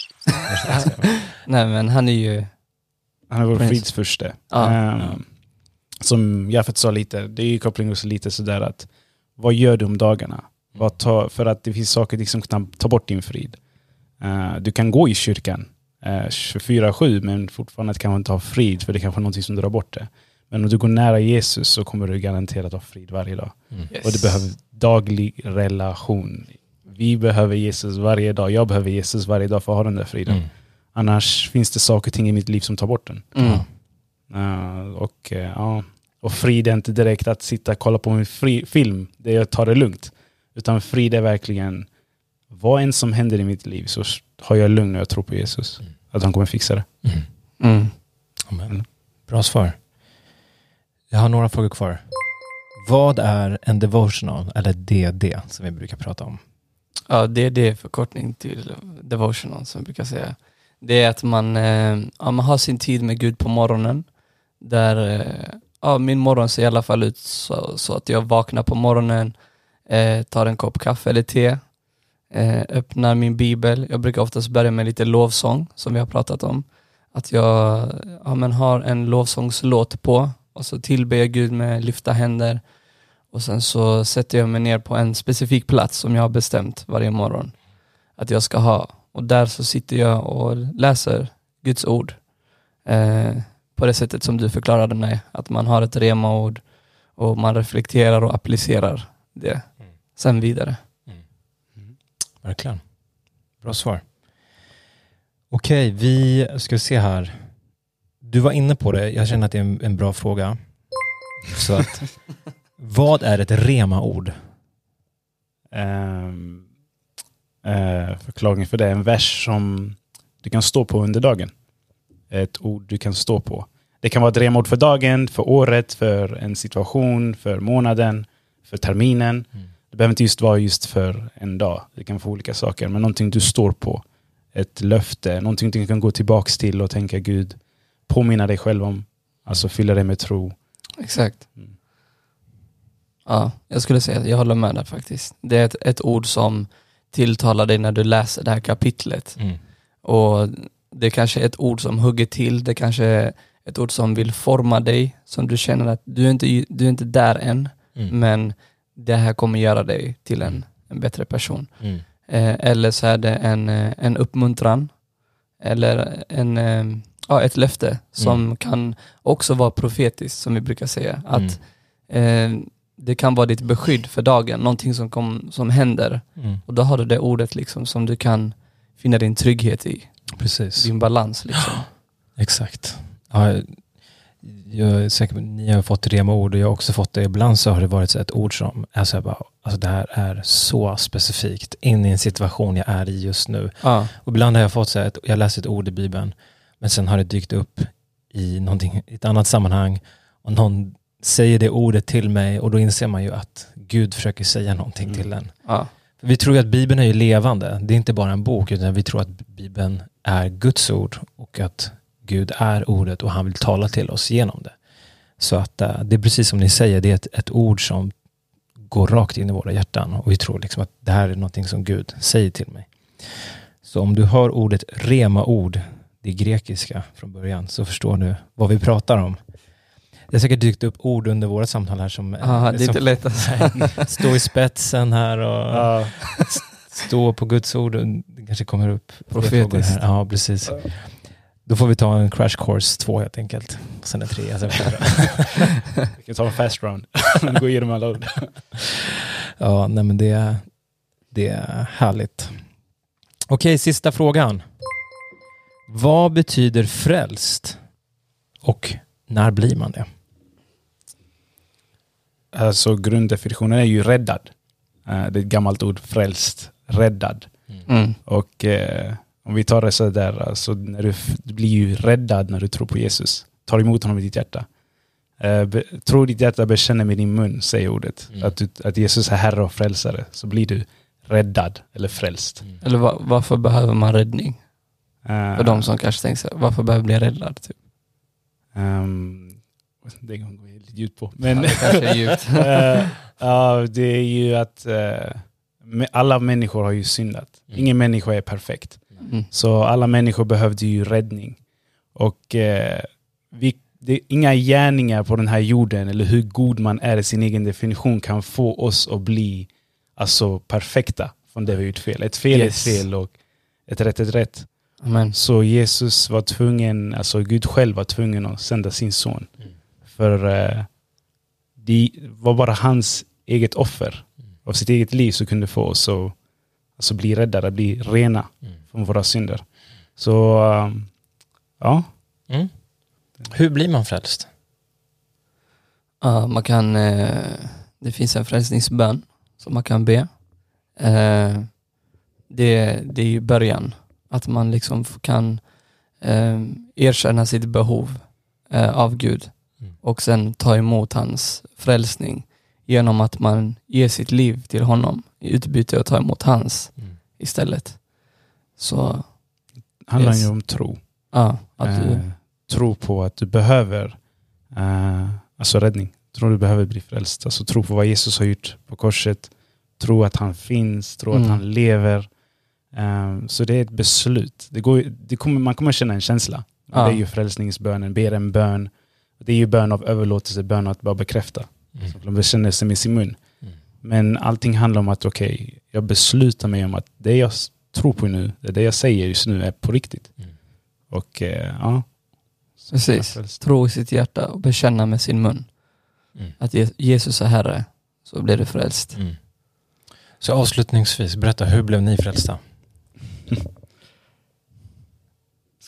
S3: Nej, men han är ju...
S2: Han är vår fridsförste.
S3: Ja.
S2: Um, som Jafet sa lite, det är ju koppling också lite sådär att vad gör du om dagarna? Vad tar, för att det finns saker som kan ta bort din frid. Uh, du kan gå i kyrkan uh, tjugofyra sju men fortfarande kan man inte ha frid för det kanske är någonting som drar bort det. Men om du går nära Jesus så kommer du garanterat ha frid varje dag. Mm. Yes. Och du behöver daglig relation. Vi behöver Jesus varje dag. Jag behöver Jesus varje dag för att ha den där friden. Mm. Annars finns det saker och ting i mitt liv som tar bort den.
S3: Mm.
S2: Uh, och, uh, ja. och frid är inte direkt att sitta och kolla på en fri film. Det är att ta det lugnt. Utan frid är verkligen vad än som händer i mitt liv så har jag lugn och jag tror på Jesus. Mm. Att han kommer fixa det.
S1: Mm.
S3: Mm.
S1: Amen. Mm. Bra svar. Jag har några frågor kvar. Vad är en devotional eller D D som vi brukar prata om?
S3: Ja, D D är förkortning till devotional som vi brukar säga. Det är att man, eh, ja, man har sin tid med Gud på morgonen. Där eh, ja, min morgon ser i alla fall ut så, så att jag vaknar på morgonen, eh, tar en kopp kaffe eller te, eh, öppnar min bibel. Jag brukar oftast börja med lite lovsång som vi har pratat om. Att jag ja, men har en lovsångslåt på och så tillber jag Gud med lyfta händer. Och sen så sätter jag mig ner på en specifik plats som jag har bestämt varje morgon att jag ska ha. Och där så sitter jag och läser Guds ord. Eh, på det sättet som du förklarade mig. Att man har ett rema-ord och man reflekterar och applicerar det. Mm. Sen vidare.
S1: Mm. Mm. Verkligen. Bra svar. Okej, vi ska se här. Du var inne på det. Jag känner att det är en, en bra fråga. Så att, vad är ett rema-ord?
S2: Um, uh, förklaringen för det är en vers som du kan stå på under dagen. Ett ord du kan stå på. Det kan vara ett rema-ord för dagen, för året, för en situation, för månaden, för terminen. Mm. Det behöver inte just vara just för en dag. Det kan få olika saker. Men någonting du står på. Ett löfte. Någonting du kan gå tillbaka till och tänka Gud. Påminna dig själv om. Alltså fylla dig med tro.
S3: Exakt. Mm. Ja, jag skulle säga att jag håller med där faktiskt. Det är ett, ett ord som tilltalar dig när du läser det här kapitlet. Mm. Och det kanske är ett ord som hugger till. Det kanske är ett ord som vill forma dig. Som du känner att du är inte, du är inte där än. Mm. Men det här kommer göra dig till en, en bättre person. Mm. Eh, eller så är det en, en uppmuntran. Eller en, eh, ja, ett löfte som mm. kan också vara profetiskt, som vi brukar säga. Att mm. eh, det kan vara ditt beskydd för dagen. Någonting som, kom, som händer. Mm. Och då har du det ordet liksom, som du kan finna din trygghet i.
S1: Precis.
S3: Din balans liksom.
S1: Exakt. Ja, jag är säker på att ni har fått rema-ord och jag har också fått det. Ibland så har det varit ett ord som är så här bara, alltså det här är så specifikt in i en situation jag är i just nu. Ja. Och ibland har jag fått så här, ett, jag läser ett ord i Bibeln, men sen har det dykt upp i någonting, i ett annat sammanhang och någon säger det ordet till mig och då inser man ju att Gud försöker säga någonting mm. till en. Ja. För vi tror ju att Bibeln är ju levande. Det är inte bara en bok, utan vi tror att Bibeln är Guds ord och att Gud är ordet och han vill tala till oss genom det. Så att uh, det är precis som ni säger, det är ett, ett ord som går rakt in i våra hjärtan och vi tror liksom att det här är någonting som Gud säger till mig. Så om du hör ordet rema-ord, det är grekiska från början, så förstår du vad vi pratar om. Det har säkert dykt upp ord under våra samtal här som,
S3: Aha, det är inte lätt att
S1: stå i spetsen här och ja. stå på Guds ord och det kanske kommer upp
S3: profetiskt.
S1: Här. Ja, precis. Då får vi ta en crash course två helt enkelt. Sen en tre, sen fyra.
S2: Vi kan ta en fast round. Gå igenom alla ord.
S1: Ja, nej men det, det är härligt. Okej, sista frågan. Vad betyder frälst? Och när blir man det?
S2: Alltså grunddefinitionen är ju räddad. Det är ett gammalt ord, frälst, räddad. Mm. Och eh, om vi tar det så där, alltså när du, du blir ju räddad när du tror på Jesus. Tar emot honom i ditt hjärta. Eh, be, tror ditt hjärta, bekänner med din mun, säger ordet. Mm. Att, du, att Jesus är Herre och frälsare. Så blir du räddad eller frälst.
S3: Mm. Eller var, varför behöver man räddning? Uh, För de som kanske tänker så här, varför behöver bli räddad? Typ?
S2: Um, det går lite djupt på. Men
S3: ja, det kanske är djupt.
S2: uh, uh, det är ju att uh, alla människor har ju syndat. Mm. Ingen människa är perfekt. Mm. Så alla människor behövde ju räddning. Och uh, vi, det är inga gärningar på den här jorden eller hur god man är i sin egen definition kan få oss att bli alltså perfekta från det vi gjort fel. Ett fel yes. är ett fel och ett rätt är ett rätt.
S3: Amen.
S2: Så Jesus var tvungen, alltså Gud själv var tvungen att sända sin son. Mm. För uh, det var bara hans eget offer mm. av sitt eget liv som kunde få oss att alltså, bli räddade, bli rena mm. från våra synder. Så uh, ja.
S1: Mm. Hur blir man frälst?
S3: Uh, man kan, uh, det finns en frälsningsbön som man kan be. Uh, det, det är ju början. Att man liksom kan eh, erkänna sitt behov eh, av Gud mm. och sen ta emot hans frälsning genom att man ger sitt liv till honom i utbyte och ta emot hans mm. istället. Så
S2: det handlar yes. ju om tro.
S3: Ja, att
S2: eh,
S3: du...
S2: Tro på att du behöver eh, alltså räddning. Tro du behöver bli frälst. Alltså tro på vad Jesus har gjort på korset. Tro att han finns. Tro mm. att han lever. Um, så det är ett beslut. Det går, det kommer, man kommer känna en känsla. Ja. Det är ju frälsningsbönen, ber en bön. Det är ju bön av överlåtelse, bön att bara bekräfta. Mm. Så de bekänner sig med sin mun. Mm. Men allting handlar om att okej, okay, jag beslutar mig om att det jag tror på nu, det jag säger just nu är på riktigt. Mm. Och uh, ja.
S3: Precis. Tro i sitt hjärta och bekänna med sin mun. Mm. Att Jesus är Herre, så blir du frälst.
S1: Mm. Så avslutningsvis, berätta, hur blev ni frälsta?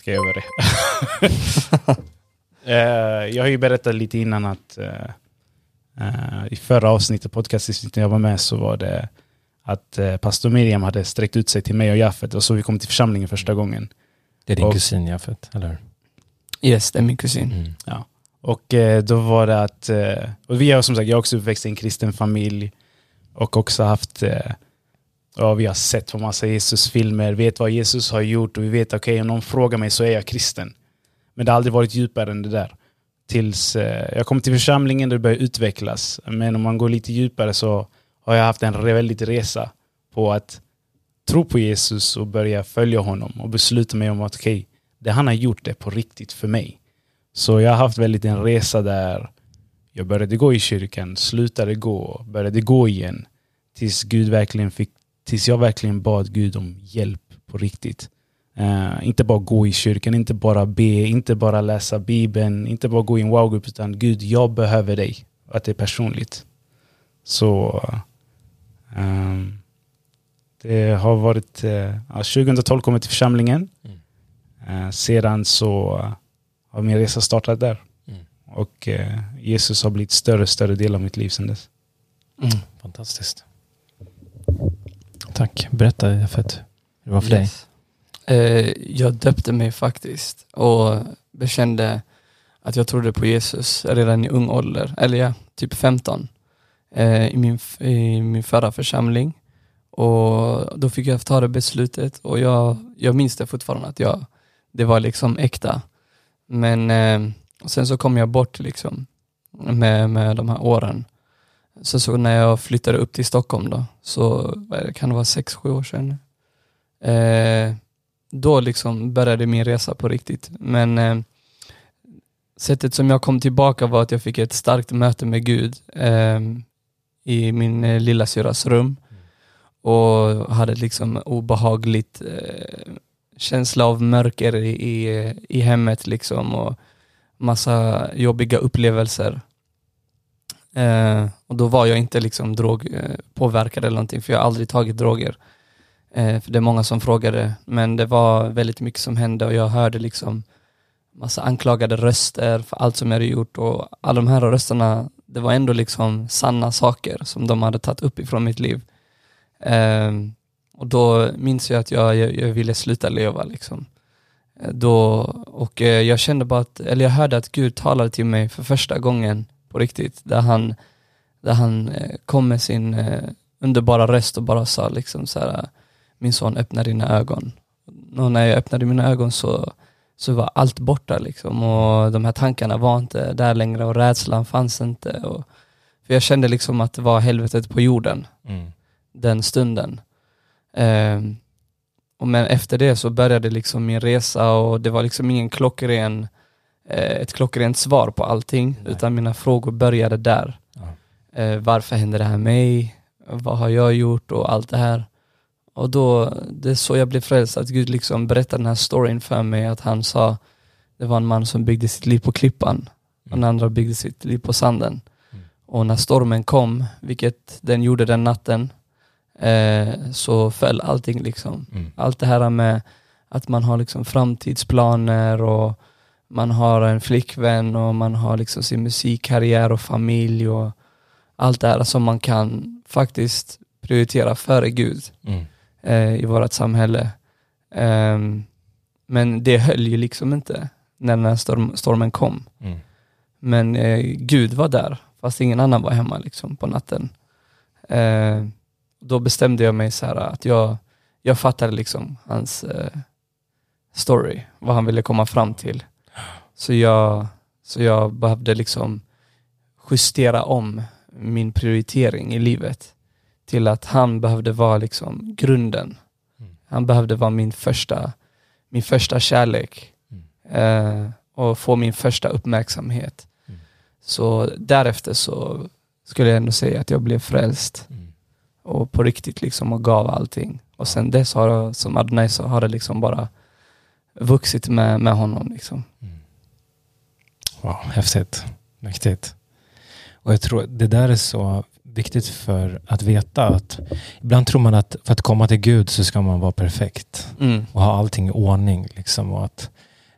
S2: ska jag göra det. uh, jag har ju berättat lite innan att uh, uh, i förra avsnittet, podcastet jag var med, så var det att uh, pastor Miriam hade sträckt ut sig till mig och Jaffet, och så vi kom till församlingen första gången.
S1: Det är din
S2: och,
S1: kusin Jaffet, eller?
S3: Yes, det är min kusin.
S1: Mm.
S2: Ja. Och uh, då var det att, uh, och vi har som sagt, jag har också uppväxt i en kristen familj och också haft uh, ja, vi har sett på massa Jesus-filmer, vet vad Jesus har gjort, och vi vet, okej, okay, om någon frågar mig så är jag kristen. Men det har aldrig varit djupare än det där. Tills eh, jag kom till församlingen där det började utvecklas. Men om man går lite djupare så har jag haft en väldigt resa på att tro på Jesus och börja följa honom och besluta mig om att okej, okay, det han har gjort är på riktigt för mig. Så jag har haft väldigt en resa där jag började gå i kyrkan, slutade gå, började gå igen, tills Gud verkligen fick Tills jag verkligen bad Gud om hjälp på riktigt. Uh, inte bara gå i kyrkan, inte bara be, inte bara läsa Bibeln, inte bara gå i en wow-grupp, utan Gud, jag behöver dig. Att det är personligt. Så um, det har varit uh, tjugohundratolv kommit till församlingen. Mm. Uh, sedan så uh, har min resa startat där. Mm. Och uh, Jesus har blivit större större del av mitt liv sedan dess.
S1: Mm. Fantastiskt. Tack. Berätta, Jaffet. Hur var för yes.
S3: dig? Eh, jag döpte mig faktiskt och bekände att jag trodde på Jesus redan i ung ålder. Eller ja, typ femton. Eh, i, min, I min förra församling. Och då fick jag ta det beslutet. Och jag, jag minns det fortfarande att jag, det var liksom äkta. Men eh, sen så kom jag bort liksom med, med de här åren. Så, så när jag flyttade upp till Stockholm då, så kan det vara sex, sju år sedan. Eh, då liksom började min resa på riktigt. Men eh, sättet som jag kom tillbaka var att jag fick ett starkt möte med Gud eh, i min eh, lilla syras rum. Och hade liksom obehagligt eh, känsla av mörker i, i, i hemmet liksom, och massa jobbiga upplevelser. Eh, och då var jag inte liksom drogpåverkad eller någonting, för jag har aldrig tagit droger. Eh, för det är många som frågade, men det var väldigt mycket som hände, och jag hörde liksom massa anklagade röster för allt som jag hade gjort, och alla de här rösterna, det var ändå liksom sanna saker som de hade tagit upp ifrån mitt liv. Eh, och då minns jag att jag, jag, jag ville sluta leva liksom. Eh, då, och eh, jag kände bara att, eller jag hörde att Gud talade till mig för första gången på riktigt, där han, där han eh, kom med sin eh, underbara röst och bara sa liksom så här: min son, öppna dina ögon. Och när jag öppnade mina ögon så, så var allt borta liksom, och de här tankarna var inte där längre, och rädslan fanns inte, och, för jag kände liksom att det var helvetet på jorden mm. den stunden. Eh, och men efter det så började liksom min resa, och det var liksom ingen klockren ett klockrent svar på allting. Nej. Utan mina frågor började där. Ja. Eh, varför händer det här mig? Vad har jag gjort? Och allt det här. Och då, det är så jag blev frälst, att Gud liksom berättade den här storyn för mig, att han sa, det var en man som byggde sitt liv på klippan, mm. och den andra byggde sitt liv på sanden. Mm. Och när stormen kom, vilket den gjorde den natten, eh, så föll allting liksom. Mm. Allt det här med att man har liksom framtidsplaner, och man har en flickvän, och man har liksom sin musikkarriär och familj och allt det här som man kan faktiskt prioritera före Gud mm. eh, i vårt samhälle. Um, men det höll ju liksom inte när den här storm, stormen kom. Mm. Men eh, Gud var där, fast ingen annan var hemma liksom på natten. Eh, då bestämde jag mig så här att jag, jag fattade liksom hans eh, story, vad han ville komma fram till. Så jag, så jag behövde liksom justera om min prioritering i livet till att han behövde vara liksom grunden. Mm. Han behövde vara min första, min första kärlek mm. eh, och få min första uppmärksamhet. Mm. Så därefter så skulle jag ändå säga att jag blev frälst mm. och på riktigt liksom, och gav allting. Och sen dess har jag, som Adonai sa, har det liksom bara vuxit med, med honom liksom. Mm.
S1: Wow, häftigt. Mäktigt. Och jag tror det där är så viktigt för att veta att ibland tror man att för att komma till Gud så ska man vara perfekt mm. och ha allting i ordning liksom, och att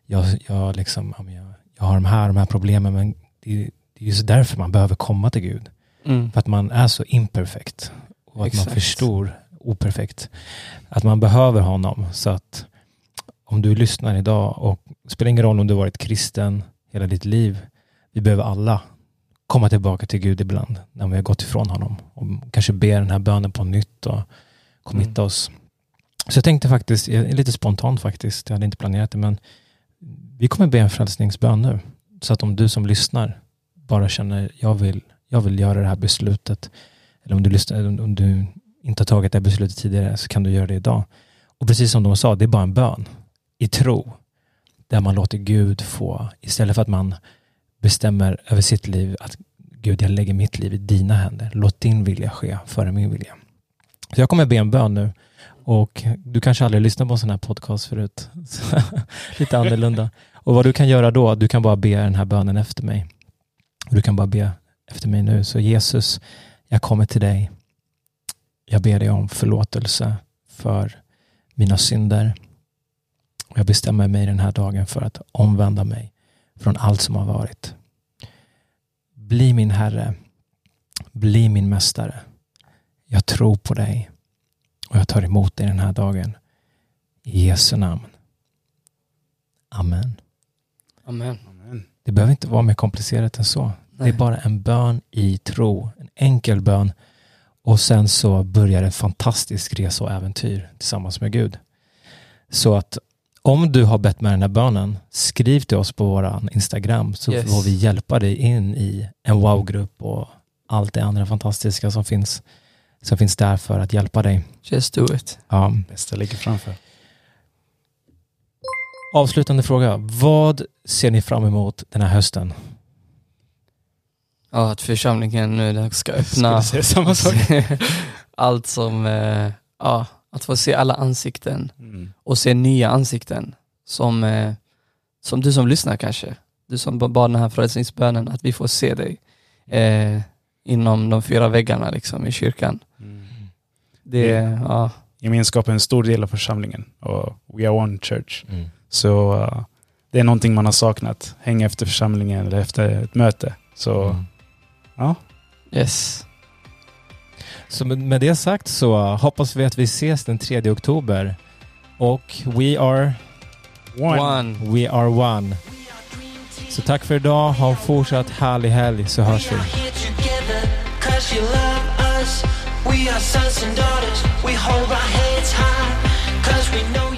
S1: jag, jag, liksom, jag, jag har de här, de här problemen, men det, det är just därför man behöver komma till Gud.
S3: Mm.
S1: För att man är så imperfekt. Och att
S3: Exakt.
S1: man förstår operfekt. Att man behöver honom. Så att om du lyssnar idag, och det spelar ingen roll om du har varit kristen hela ditt liv. Vi behöver alla komma tillbaka till Gud ibland. När vi har gått ifrån honom. Och kanske be den här bönen på nytt och committa mm. oss. Så jag tänkte faktiskt, lite spontant faktiskt. Jag hade inte planerat det, men vi kommer be en frälsningsbön nu. Så att om du som lyssnar bara känner, jag vill, jag vill göra det här beslutet. Eller om du, lyssnar, om du inte har tagit det här beslutet tidigare, så kan du göra det idag. Och precis som de sa, det är bara en bön. I tro. Där man låter Gud få, istället för att man bestämmer över sitt liv, att Gud, jag lägger mitt liv i dina händer. Låt din vilja ske före min vilja. Så jag kommer be en bön nu. Och du kanske aldrig lyssnat på en sån här podcast förut. Lite annorlunda. Och vad du kan göra då, du kan bara be den här bönen efter mig. Och du kan bara be efter mig nu. Så Jesus, jag kommer till dig. Jag ber dig om förlåtelse för mina synder. Och jag bestämmer mig den här dagen för att omvända mig från allt som har varit. Bli min Herre. Bli min mästare. Jag tror på dig. Och jag tar emot dig den här dagen. I Jesu namn. Amen.
S3: Amen.
S1: Det behöver inte vara mer komplicerat än så. Nej. Det är bara en bön i tro. En enkel bön. Och sen så börjar en fantastisk resa och äventyr tillsammans med Gud. Så att om du har bett med den här bönen, skriv till oss på vår Instagram, så yes. får vi hjälpa dig in i en wow-grupp och allt det andra fantastiska som finns, som finns där för att hjälpa dig.
S3: Just do it.
S1: Ja.
S2: Bästa ligger framför.
S1: Avslutande fråga. Vad ser ni fram emot den här hösten?
S3: Ja, att församlingen nu den ska öppna.
S2: Ska samma sak?
S3: Allt som, eh, ja, att få se alla ansikten
S2: mm.
S3: och se nya ansikten som, eh, som du som lyssnar kanske. Du som bad den här frälsningsbönen, att vi får se dig eh, inom de fyra väggarna liksom i kyrkan.
S2: Mm.
S3: Det, ja.
S2: Gemenskap är en stor del av församlingen och we are one church.
S1: Mm.
S2: Så uh, det är någonting man har saknat. Hänga efter församlingen eller efter ett möte. Så
S1: mm.
S2: ja.
S3: Yes.
S1: Så med, med det sagt så hoppas vi att vi ses den tredje oktober. Och we are
S2: one.
S3: one.
S1: We are one. Så tack för idag. Ha en fortsatt härlig helg, så hörs vi. We are sons and daughters. We hold our heads high 'cause we know